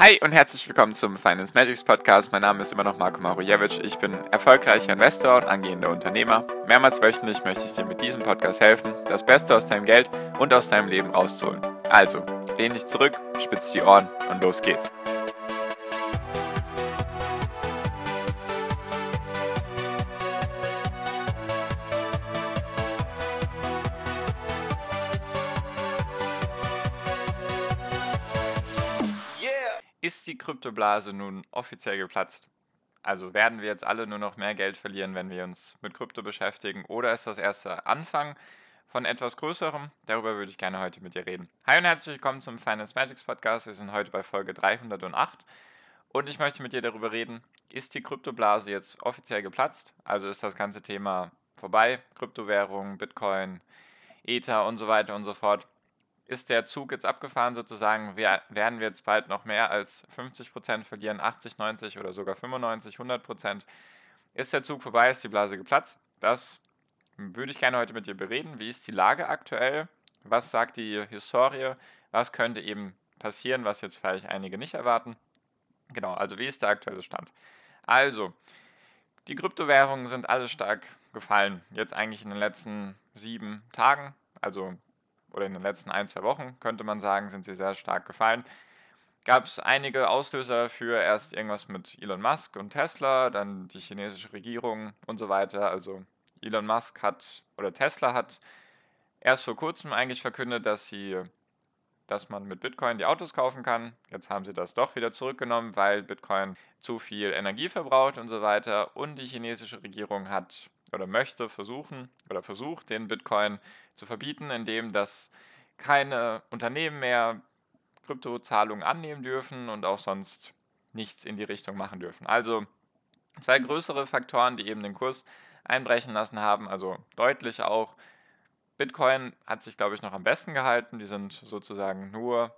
Hi und herzlich willkommen zum Finance Magics Podcast. Mein Name ist immer noch Marko Marujewicz. Ich bin erfolgreicher Investor und angehender Unternehmer. Mehrmals wöchentlich möchte ich dir mit diesem Podcast helfen, das Beste aus deinem Geld und aus deinem Leben rauszuholen. Also, lehn dich zurück, spitz die Ohren und los geht's. Ist die Kryptoblase nun offiziell geplatzt? Also werden wir jetzt alle nur noch mehr Geld verlieren, wenn wir uns mit Krypto beschäftigen? Oder ist das erst der Anfang von etwas Größerem? Darüber würde ich gerne heute mit dir reden. Hi und herzlich willkommen zum Finance Magics Podcast. Wir sind heute bei Folge 308 und ich möchte mit dir darüber reden, ist die Kryptoblase jetzt offiziell geplatzt? Also ist das ganze Thema vorbei? Kryptowährungen, Bitcoin, Ether und so weiter und so fort. Ist der Zug jetzt abgefahren sozusagen? Werden wir jetzt bald noch mehr als 50% verlieren, 80, 90 oder sogar 95, 100%? Ist der Zug vorbei? Ist die Blase geplatzt? Das würde ich gerne heute mit dir bereden. Wie ist die Lage aktuell? Was sagt die Historie? Was könnte eben passieren, was jetzt vielleicht einige nicht erwarten? Genau, also wie ist der aktuelle Stand? Also, die Kryptowährungen sind alle stark gefallen. Jetzt eigentlich in den letzten 7 Tagen, also oder in den letzten 1, 2 Wochen, könnte man sagen, sind sie sehr stark gefallen. Gab es einige Auslöser dafür, erst irgendwas mit Elon Musk und Tesla, dann die chinesische Regierung und so weiter. Also Elon Musk oder Tesla hat erst vor kurzem eigentlich verkündet, dass man mit Bitcoin die Autos kaufen kann. Jetzt haben sie das doch wieder zurückgenommen, weil Bitcoin zu viel Energie verbraucht und so weiter. Und die chinesische Regierung hat oder möchte versucht, den Bitcoin zu verbieten, indem dass keine Unternehmen mehr Kryptozahlungen annehmen dürfen und auch sonst nichts in die Richtung machen dürfen. Also 2 größere Faktoren, die eben den Kurs einbrechen lassen haben, also deutlich auch. Bitcoin hat sich, glaube ich, noch am besten gehalten. Die sind sozusagen nur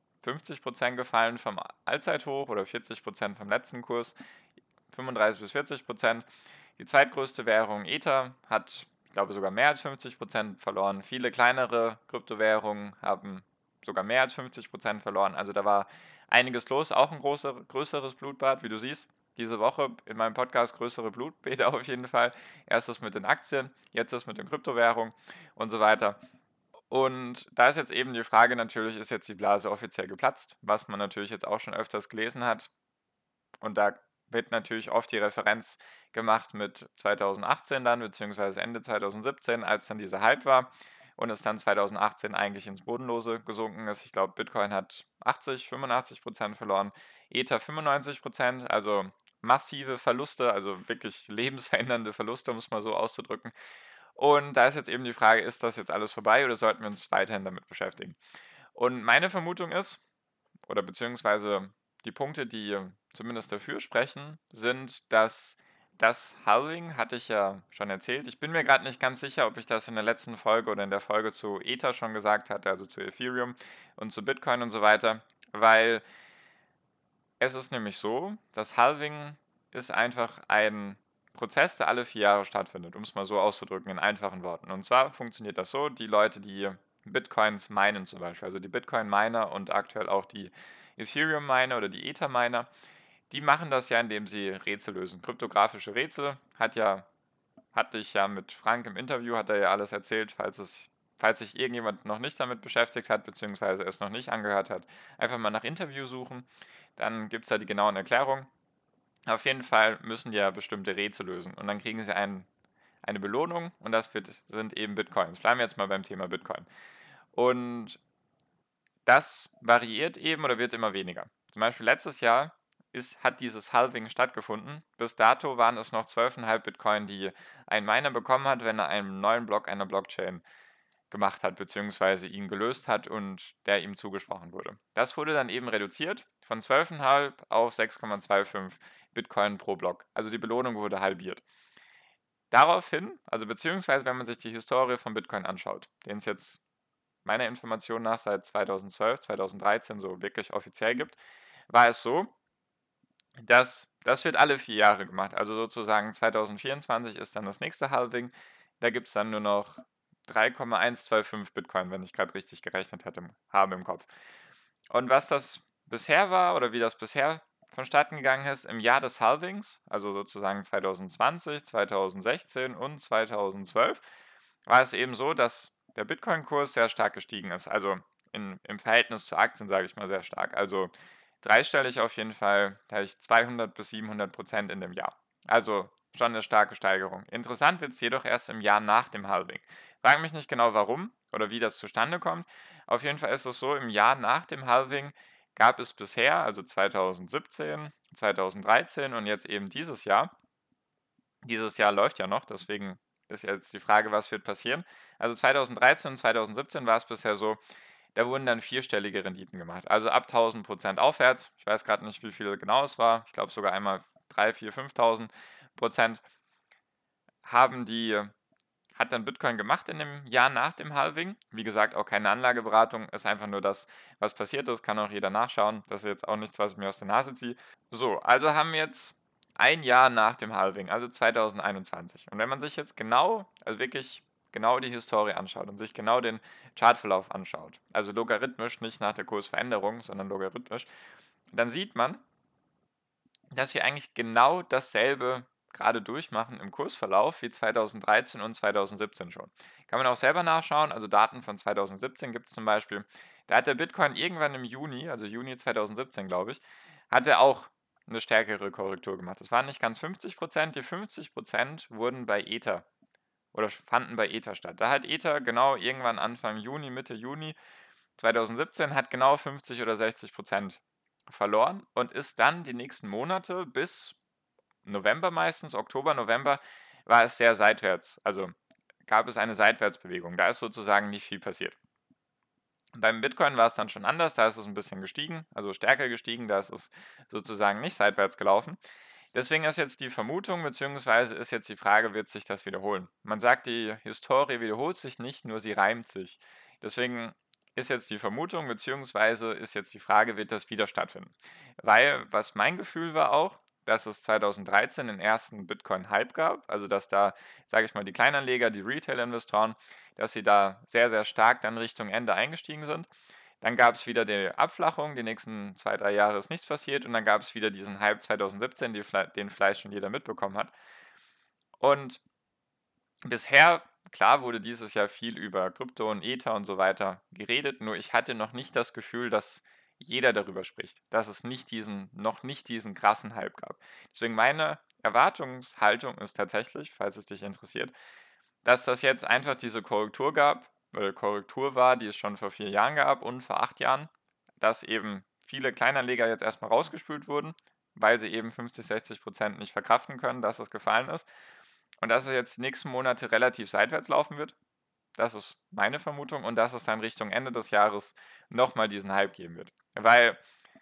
50% gefallen vom Allzeithoch oder 40% vom letzten Kurs, 35 bis 40%. Die zweitgrößte Währung Ether hat, ich glaube, sogar mehr als 50% verloren. Viele kleinere Kryptowährungen haben sogar mehr als 50% verloren. Also da war einiges los, auch ein größeres Blutbad, wie du siehst. Diese Woche in meinem Podcast größere Blutbäder auf jeden Fall. Erst das mit den Aktien, jetzt das mit den Kryptowährungen und so weiter. Und da ist jetzt eben die Frage natürlich, ist jetzt die Blase offiziell geplatzt, was man natürlich jetzt auch schon öfters gelesen hat. Und da wird natürlich oft die Referenz gemacht mit 2018 dann, beziehungsweise Ende 2017, als dann dieser Hype war und es dann 2018 eigentlich ins Bodenlose gesunken ist. Ich glaube, Bitcoin hat 80, 85% verloren, Ether 95%, also massive Verluste, also wirklich lebensverändernde Verluste, um es mal so auszudrücken. Und da ist jetzt eben die Frage, ist das jetzt alles vorbei oder sollten wir uns weiterhin damit beschäftigen? Und meine Vermutung ist, oder beziehungsweise die Punkte, die zumindest dafür sprechen, sind, dass das Halving, hatte ich ja schon erzählt. Ich bin mir gerade nicht ganz sicher, ob ich das in der letzten Folge oder in der Folge zu Ether schon gesagt hatte, also zu Ethereum und zu Bitcoin und so weiter, weil es ist nämlich so, das Halving ist einfach ein Prozess, der alle 4 Jahre stattfindet, um es mal so auszudrücken in einfachen Worten. Und zwar funktioniert das so, die Leute, die Bitcoins minen zum Beispiel, also die Bitcoin-Miner und aktuell auch die Ethereum-Miner oder die Ether-Miner, die machen das ja, indem sie Rätsel lösen. Kryptografische Rätsel hatte ich ja mit Frank im Interview, hat er ja alles erzählt, falls sich irgendjemand noch nicht damit beschäftigt hat, beziehungsweise es noch nicht angehört hat, einfach mal nach Interview suchen. Dann gibt es da die genauen Erklärungen. Auf jeden Fall müssen die ja bestimmte Rätsel lösen und dann kriegen sie eine Belohnung und sind eben Bitcoins. Bleiben wir jetzt mal beim Thema Bitcoin. Und das variiert eben oder wird immer weniger. Zum Beispiel letztes Jahr hat dieses Halving stattgefunden. Bis dato waren es noch 12,5 Bitcoin, die ein Miner bekommen hat, wenn er einen neuen Block einer Blockchain gemacht hat, beziehungsweise ihn gelöst hat und der ihm zugesprochen wurde. Das wurde dann eben reduziert von 12,5 auf 6,25 Bitcoin pro Block. Also die Belohnung wurde halbiert. Daraufhin, also beziehungsweise wenn man sich die Historie von Bitcoin anschaut, den es jetzt meiner Information nach seit 2012, 2013 so wirklich offiziell gibt, war es so, dass das wird alle 4 Jahre gemacht. Also sozusagen 2024 ist dann das nächste Halving. Da gibt es dann nur noch 3,125 Bitcoin, wenn ich gerade richtig gerechnet habe im Kopf. Und was das bisher war oder wie das bisher vonstatten gegangen ist, im Jahr des Halvings, also sozusagen 2020, 2016 und 2012, war es eben so, dass der Bitcoin-Kurs sehr stark gestiegen ist. Also im Verhältnis zu Aktien, sage ich mal, sehr stark. Also dreistellig auf jeden Fall, da habe ich 200 bis 700% in dem Jahr. Also schon eine starke Steigerung. Interessant wird es jedoch erst im Jahr nach dem Halving. Frage mich nicht genau warum oder wie das zustande kommt. Auf jeden Fall ist es so, im Jahr nach dem Halving gab es bisher, also 2017, 2013 und jetzt eben dieses Jahr läuft ja noch, deswegen ist jetzt die Frage, was wird passieren. Also 2013 und 2017 war es bisher so, da wurden dann vierstellige Renditen gemacht. Also ab 1000% aufwärts. Ich weiß gerade nicht, wie viel genau es war. Ich glaube sogar einmal 3, 4, 5000% haben die hat dann Bitcoin gemacht in dem Jahr nach dem Halving. Wie gesagt, auch keine Anlageberatung, ist einfach nur das, was passiert ist. Kann auch jeder nachschauen. Das ist jetzt auch nichts, was ich mir aus der Nase ziehe. So, also haben wir jetzt ein Jahr nach dem Halving, also 2021. Und wenn man sich jetzt genau, also wirklich genau die Historie anschaut und sich genau den Chartverlauf anschaut, also logarithmisch, nicht nach der Kursveränderung, sondern logarithmisch, dann sieht man, dass wir eigentlich genau dasselbe gerade durchmachen im Kursverlauf wie 2013 und 2017 schon. Kann man auch selber nachschauen, also Daten von 2017 gibt es zum Beispiel. Da hat der Bitcoin irgendwann im Juni, also Juni 2017 glaube ich, hat er auch eine stärkere Korrektur gemacht. Das waren nicht ganz 50%, die 50% wurden bei Ether oder fanden bei Ether statt. Da hat Ether genau irgendwann Anfang Juni, Mitte Juni 2017 hat genau 50 oder 60% verloren und ist dann die nächsten Monate bis November meistens, Oktober, November, war es sehr seitwärts. Also gab es eine Seitwärtsbewegung. Da ist sozusagen nicht viel passiert. Beim Bitcoin war es dann schon anders, da ist es ein bisschen gestiegen, also stärker gestiegen, da ist es sozusagen nicht seitwärts gelaufen. Deswegen ist jetzt die Vermutung, beziehungsweise ist jetzt die Frage, wird sich das wiederholen? Man sagt, die Historie wiederholt sich nicht, nur sie reimt sich. Deswegen ist jetzt die Vermutung, beziehungsweise ist jetzt die Frage, wird das wieder stattfinden? Weil, was mein Gefühl war auch, dass es 2013 den ersten Bitcoin-Hype gab, also dass da, sage ich mal, die Kleinanleger, die Retail-Investoren, dass sie da sehr, sehr stark dann Richtung Ende eingestiegen sind. Dann gab es wieder die Abflachung, die nächsten 2, 3 Jahre ist nichts passiert und dann gab es wieder diesen Hype 2017, den vielleicht schon jeder mitbekommen hat. Und bisher, klar, wurde dieses Jahr viel über Krypto und Ether und so weiter geredet, nur ich hatte noch nicht das Gefühl, dass jeder darüber spricht, dass es noch nicht diesen krassen Hype gab. Deswegen meine Erwartungshaltung ist tatsächlich, falls es dich interessiert, dass das jetzt einfach diese Korrektur gab oder Korrektur war, die es schon vor 4 Jahren gab und vor 8 Jahren, dass eben viele Kleinanleger jetzt erstmal rausgespült wurden, weil sie eben 50, 60% nicht verkraften können, dass es gefallen ist und dass es jetzt die nächsten Monate relativ seitwärts laufen wird. Das ist meine Vermutung und dass es dann Richtung Ende des Jahres nochmal diesen Hype geben wird. Weil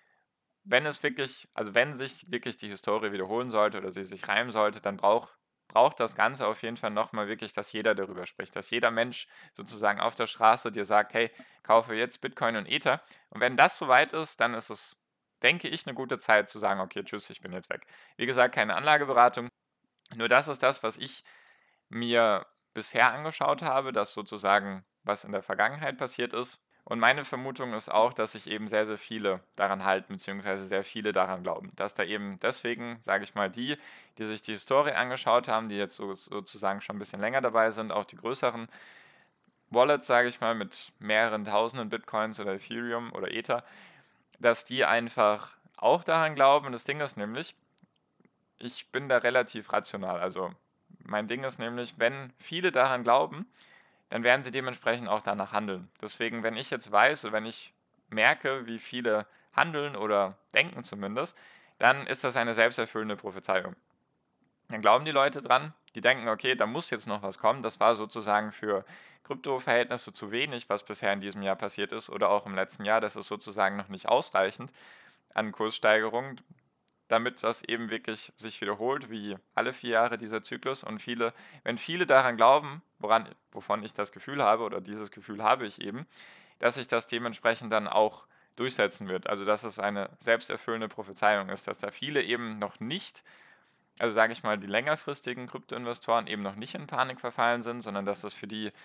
wenn sich wirklich die Historie wiederholen sollte oder sie sich reimen sollte, dann braucht das Ganze auf jeden Fall nochmal wirklich, dass jeder darüber spricht, dass jeder Mensch sozusagen auf der Straße dir sagt, hey, kaufe jetzt Bitcoin und Ether. Und wenn das soweit ist, dann ist es, denke ich, eine gute Zeit zu sagen, okay, tschüss, ich bin jetzt weg. Wie gesagt, keine Anlageberatung, nur das ist das, was ich mir bisher angeschaut habe, das sozusagen, was in der Vergangenheit passiert ist. Und meine Vermutung ist auch, dass sich eben sehr, sehr viele daran halten, beziehungsweise sehr viele daran glauben. Dass da eben deswegen, sage ich mal, die sich die Historie angeschaut haben, die jetzt sozusagen schon ein bisschen länger dabei sind, auch die größeren Wallets, sage ich mal, mit mehreren tausenden Bitcoins oder Ethereum oder Ether, dass die einfach auch daran glauben. Das Ding ist nämlich, ich bin da relativ rational. Also mein Ding ist nämlich, wenn viele daran glauben, dann werden sie dementsprechend auch danach handeln. Deswegen, wenn ich jetzt weiß oder wenn ich merke, wie viele handeln oder denken zumindest, dann ist das eine selbsterfüllende Prophezeiung. Dann glauben die Leute dran, die denken, okay, da muss jetzt noch was kommen. Das war sozusagen für Kryptoverhältnisse zu wenig, was bisher in diesem Jahr passiert ist oder auch im letzten Jahr. Das ist sozusagen noch nicht ausreichend an Kurssteigerungen, damit das eben wirklich sich wiederholt, wie alle 4 Jahre dieser Zyklus. Und wenn viele daran glauben, wovon ich das Gefühl habe, oder dieses Gefühl habe ich eben, dass sich das dementsprechend dann auch durchsetzen wird. Also dass es eine selbsterfüllende Prophezeiung ist, dass da viele eben noch nicht, also sage ich mal, die längerfristigen Kryptoinvestoren eben noch nicht in Panik verfallen sind, sondern dass das für die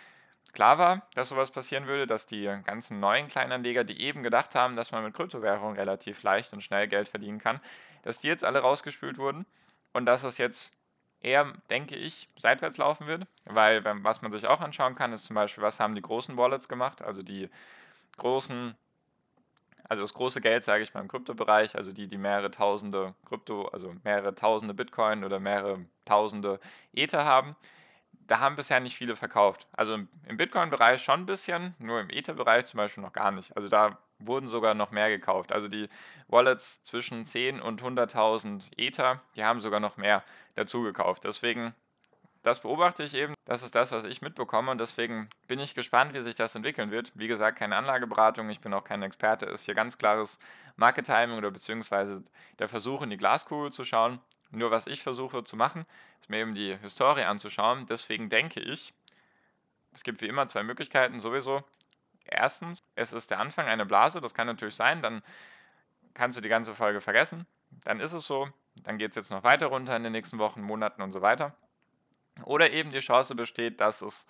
klar war, dass sowas passieren würde, dass die ganzen neuen Kleinanleger, die eben gedacht haben, dass man mit Kryptowährungen relativ leicht und schnell Geld verdienen kann, dass die jetzt alle rausgespült wurden und dass es jetzt eher, denke ich, seitwärts laufen wird, weil was man sich auch anschauen kann, ist zum Beispiel, was haben die großen Wallets gemacht, also die großen, also das große Geld, sage ich mal, im Kryptobereich, also die mehrere tausende Krypto, also mehrere tausende Bitcoin oder mehrere tausende Ether haben. Da haben bisher nicht viele verkauft. Also im Bitcoin-Bereich schon ein bisschen, nur im Ether-Bereich zum Beispiel noch gar nicht. Also da wurden sogar noch mehr gekauft. Also die Wallets zwischen 10 und 100.000 Ether, die haben sogar noch mehr dazu gekauft. Deswegen, das beobachte ich eben. Das ist das, was ich mitbekomme und deswegen bin ich gespannt, wie sich das entwickeln wird. Wie gesagt, keine Anlageberatung, ich bin auch kein Experte, ist hier ganz klares Market Timing oder beziehungsweise der Versuch, in die Glaskugel zu schauen. Nur was ich versuche zu machen, ist mir eben die Historie anzuschauen. Deswegen denke ich, es gibt wie immer zwei Möglichkeiten sowieso. Erstens, es ist der Anfang einer Blase, das kann natürlich sein, dann kannst du die ganze Folge vergessen. Dann ist es so, dann geht es jetzt noch weiter runter in den nächsten Wochen, Monaten und so weiter. Oder eben die Chance besteht, dass es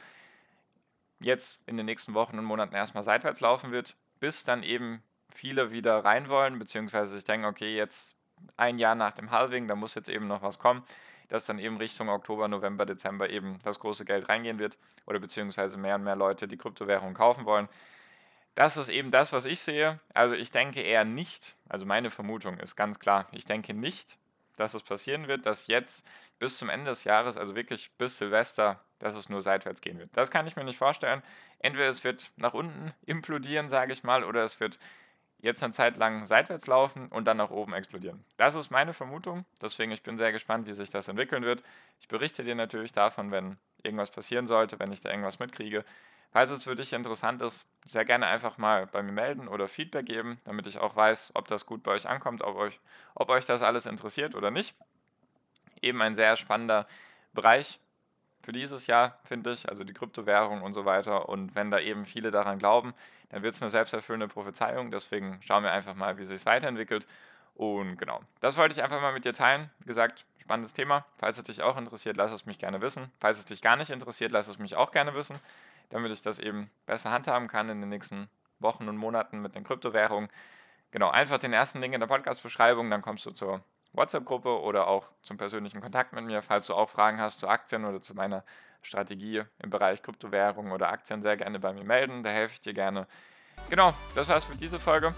jetzt in den nächsten Wochen und Monaten erstmal seitwärts laufen wird, bis dann eben viele wieder rein wollen, beziehungsweise sich denken, okay, jetzt ein Jahr nach dem Halving, da muss jetzt eben noch was kommen, dass dann eben Richtung Oktober, November, Dezember eben das große Geld reingehen wird oder beziehungsweise mehr und mehr Leute die Kryptowährung kaufen wollen. Das ist eben das, was ich sehe. Also ich denke eher nicht, also meine Vermutung ist ganz klar, ich denke nicht, dass es passieren wird, dass jetzt bis zum Ende des Jahres, also wirklich bis Silvester, dass es nur seitwärts gehen wird. Das kann ich mir nicht vorstellen. Entweder es wird nach unten implodieren, sage ich mal, oder es wird jetzt eine Zeit lang seitwärts laufen und dann nach oben explodieren. Das ist meine Vermutung. Deswegen, ich bin sehr gespannt, wie sich das entwickeln wird. Ich berichte dir natürlich davon, wenn irgendwas passieren sollte, wenn ich da irgendwas mitkriege. Falls es für dich interessant ist, sehr gerne einfach mal bei mir melden oder Feedback geben, damit ich auch weiß, ob das gut bei euch ankommt, ob euch das alles interessiert oder nicht. Eben ein sehr spannender Bereich für dieses Jahr, finde ich, also die Kryptowährung und so weiter. Und wenn da eben viele daran glauben, dann wird es eine selbsterfüllende Prophezeiung. Deswegen schauen wir einfach mal, wie sich es weiterentwickelt. Und genau, das wollte ich einfach mal mit dir teilen. Wie gesagt, spannendes Thema. Falls es dich auch interessiert, lass es mich gerne wissen. Falls es dich gar nicht interessiert, lass es mich auch gerne wissen, damit ich das eben besser handhaben kann in den nächsten Wochen und Monaten mit den Kryptowährungen. Genau, einfach den ersten Link in der Podcast-Beschreibung, dann kommst du zur WhatsApp-Gruppe oder auch zum persönlichen Kontakt mit mir. Falls du auch Fragen hast zu Aktien oder zu meiner Strategie im Bereich Kryptowährung oder Aktien, sehr gerne bei mir melden, da helfe ich dir gerne. Genau, das war's für diese Folge.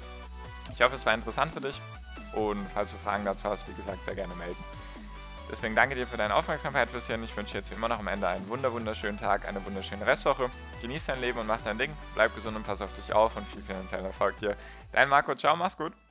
Ich hoffe, es war interessant für dich und falls du Fragen dazu hast, wie gesagt, sehr gerne melden. Deswegen danke dir für deine Aufmerksamkeit bisher. Ich wünsche jetzt wie immer noch am Ende einen wunderschönen Tag, eine wunderschöne Restwoche. Genieß dein Leben und mach dein Ding. Bleib gesund und pass auf dich auf und viel finanzieller Erfolg dir. Dein Marco, ciao, mach's gut.